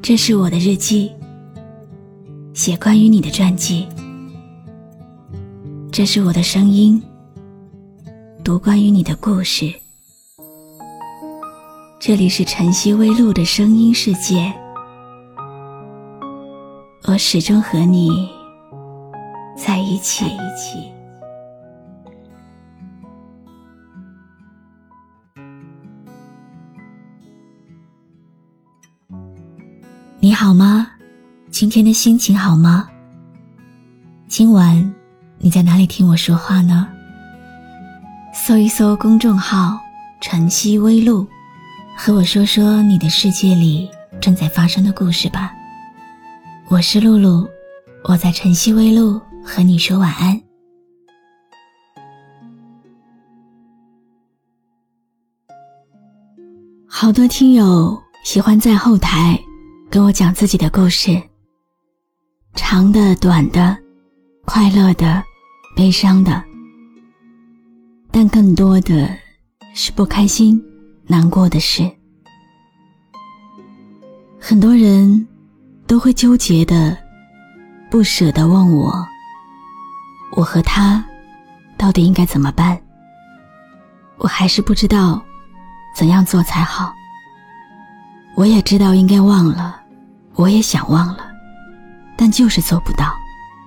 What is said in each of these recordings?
这是我的日记，写关于你的传记。这是我的声音，读关于你的故事。这里是晨曦微露的声音世界，我始终和你在一起。你好吗？今天的心情好吗？今晚你在哪里听我说话呢？搜一搜公众号晨曦微露，和我说说你的世界里正在发生的故事吧。我是露露，我在晨曦微露和你说晚安。好多听友喜欢在后台跟我讲自己的故事，长的、短的，快乐的、悲伤的，但更多的是不开心、难过的事。很多人都会纠结的、不舍得问我和他到底应该怎么办？我还是不知道怎样做才好。我也知道应该忘了，我也想忘了，但就是做不到。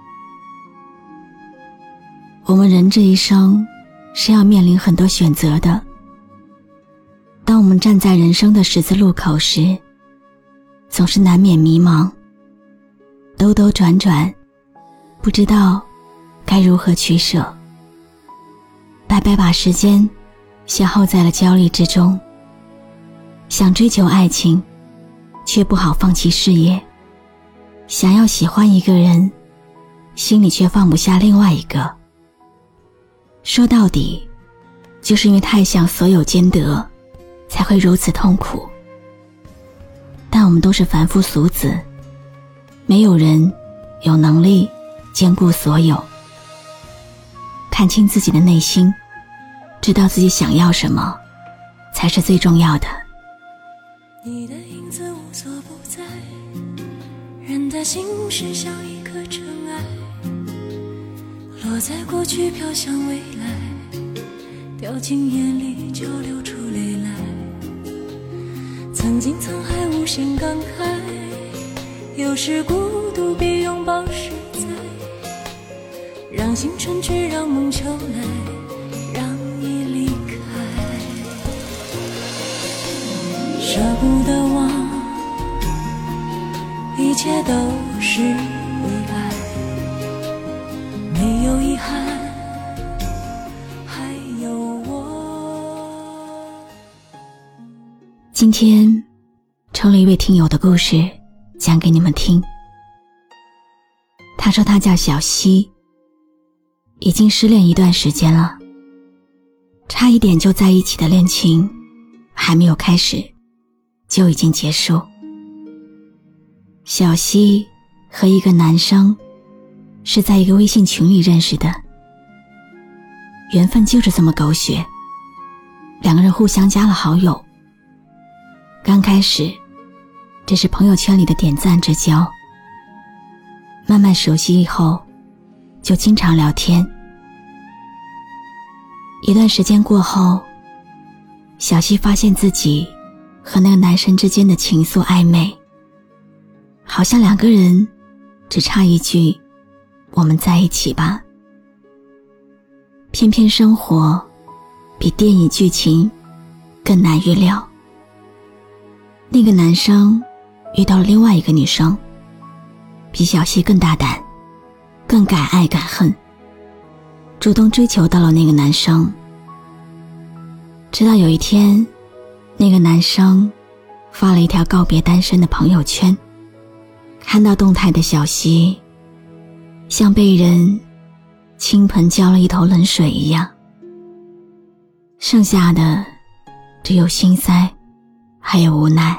我们人这一生是要面临很多选择的。当我们站在人生的十字路口时，总是难免迷茫，兜兜转转，不知道该如何取舍，白白把时间消耗在了焦虑之中。想追求爱情，却不好放弃事业；想要喜欢一个人，心里却放不下另外一个。说到底，就是因为太想所有兼得，才会如此痛苦。但我们都是凡夫俗子，没有人有能力兼顾所有。看清自己的内心，知道自己想要什么，才是最重要的。 你的影子无所不在，人的心事像一颗尘埃，落在过去飘向未来，掉进眼里就流出泪来。曾经沧海无限感慨，有时孤独比拥抱实在，让心春去，让梦秋来，让你离开。舍不得忘，一切都是为爱，没有遗憾，还有我。 今天抽了一位听友的故事讲给你们听。他说他叫小西，已经失恋一段时间了，差一点就在一起的恋情还没有开始就已经结束。小西和一个男生是在一个微信群里认识的，缘分就是这么狗血，两个人互相加了好友。刚开始这是朋友圈里的点赞之交，慢慢熟悉以后就经常聊天。一段时间过后，小西发现自己和那个男生之间的情愫暧昧，好像两个人只差一句我们在一起吧。偏偏生活比电影剧情更难预料。那个男生遇到了另外一个女生，比小西更大胆，更敢爱敢恨，主动追求到了那个男生。直到有一天，那个男生发了一条告别单身的朋友圈，看到动态的小西像被人倾盆浇了一头冷水一样，剩下的只有心塞还有无奈。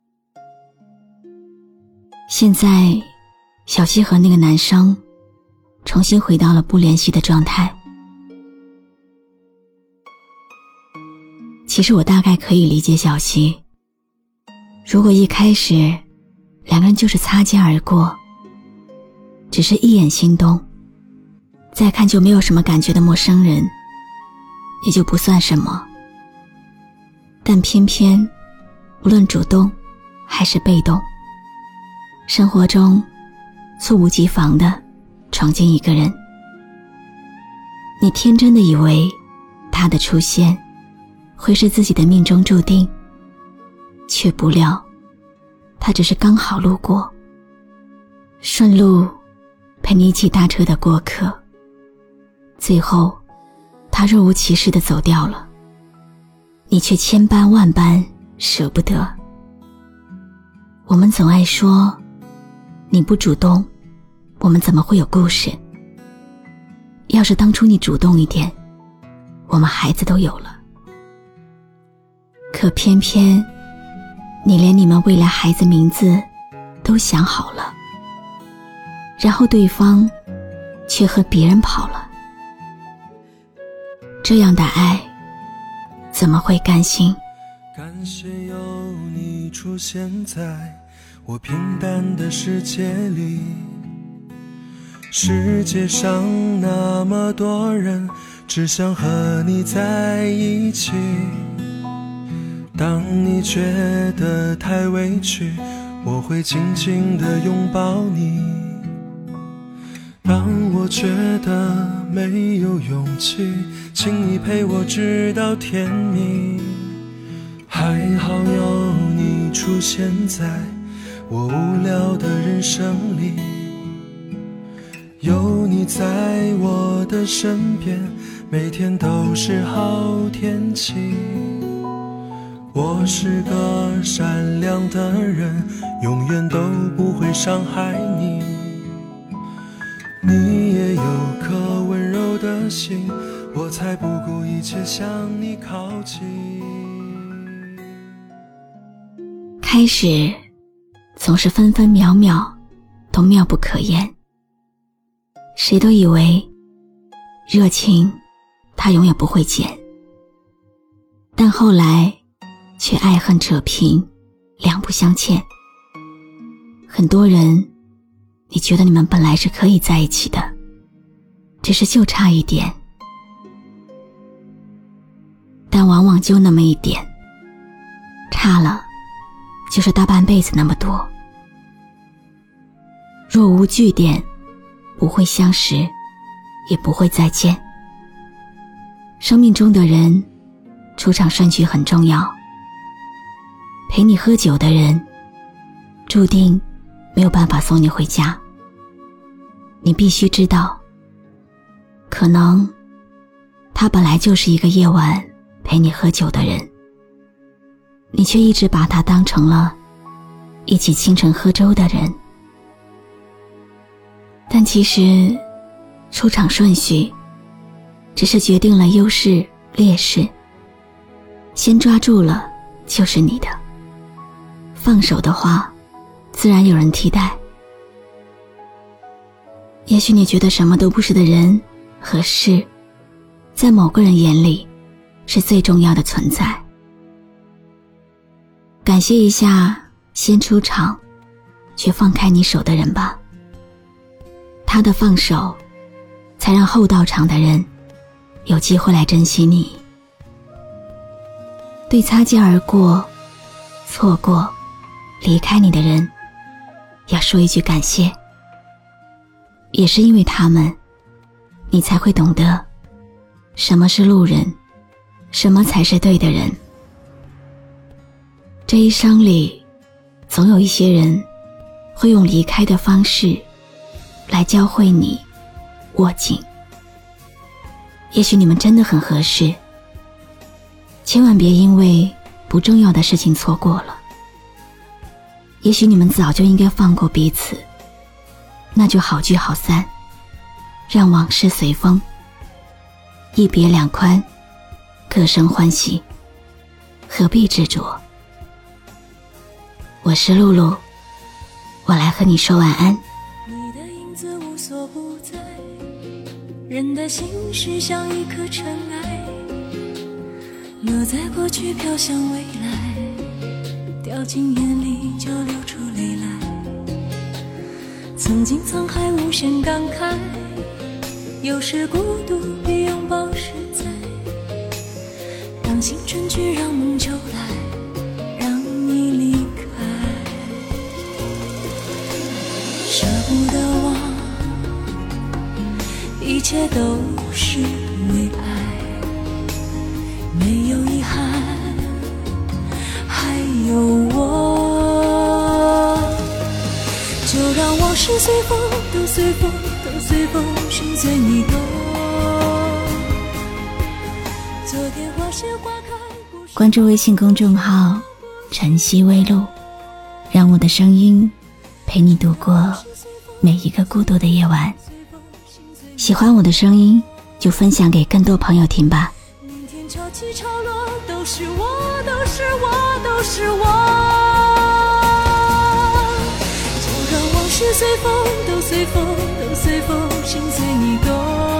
现在小西和那个男生重新回到了不联系的状态。其实我大概可以理解小西，如果一开始两个人就是擦肩而过，只是一眼心动，再看就没有什么感觉的陌生人，也就不算什么。但偏偏无论主动还是被动，生活中猝不及防地闯进一个人，你天真的以为他的出现会是自己的命中注定，却不料他只是刚好路过，顺路陪你一起搭车的过客，最后他若无其事地走掉了，你却千般万般舍不得。我们总爱说你不主动，我们怎么会有故事？要是当初你主动一点，我们孩子都有了。可偏偏你连你们未来孩子名字都想好了，然后对方却和别人跑了。这样的爱怎么会甘心？ 感谢有你出现在我平淡的世界里，世界上那么多人只想和你在一起，当你觉得太委屈，我会紧紧地拥抱你，当我觉得没有勇气，请你陪我直到天明。还好有你出现在我无聊的人生里，有你在我的身边，每天都是好天气。我是个善良的人，永远都不会伤害你，你也有颗温柔的心，我才不顾一切向你靠近。 开始总是分分秒秒都妙不可言，谁都以为热情它永远不会减，但后来却爱恨扯平，两不相欠。很多人你觉得你们本来是可以在一起的，只是就差一点，但往往就那么一点，差了就是大半辈子那么多。若无据点，不会相识，也不会再见。生命中的人，出场顺序很重要。陪你喝酒的人，注定没有办法送你回家。你必须知道，可能他本来就是一个夜晚陪你喝酒的人，你却一直把他当成了一起清晨喝粥的人。但其实出场顺序只是决定了优势劣势，先抓住了就是你的，放手的话自然有人替代。也许你觉得什么都不是的人和事，在某个人眼里是最重要的存在。感谢一下先出场却放开你手的人吧，他的放手才让后到场的人有机会来珍惜你。对擦肩而过、错过、离开你的人，要说一句感谢，也是因为他们，你才会懂得什么是路人，什么才是对的人。这一生里，总有一些人会用离开的方式来教会你握紧。也许你们真的很合适，千万别因为不重要的事情错过了。也许你们早就应该放过彼此，那就好聚好散，让往事随风，一别两宽，各生欢喜，何必执着。我是露露，我来和你说晚安。 你的影子无所不在，人的心事像一颗尘埃，落在过去飘向未来，掉进眼里就流出泪来。 曾经沧海无限感慨，有时孤独比拥抱实在，让青春去，让梦就来，让你离开。舍不得忘，一切都是为爱，没有遗憾，还有我。就让往事随风，都随风，都随风，心随你动。昨天花谢花开， 关注微信公众号晨曦微露，让我的声音陪你度过每一个孤独的夜晚。喜欢我的声音就分享给更多朋友听吧。 明天潮起潮落，都是我，都是我，都是我。就让往事随风，都随风，都随风，心随你动。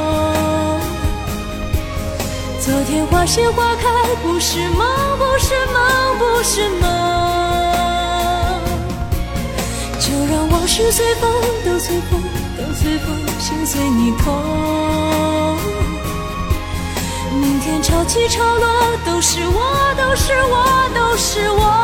昨天花谢花开，不是梦，不是梦，不是梦。就让往事随风，都随风，都随风，心随你痛。明天潮起潮落，都是我，都是我，都是我。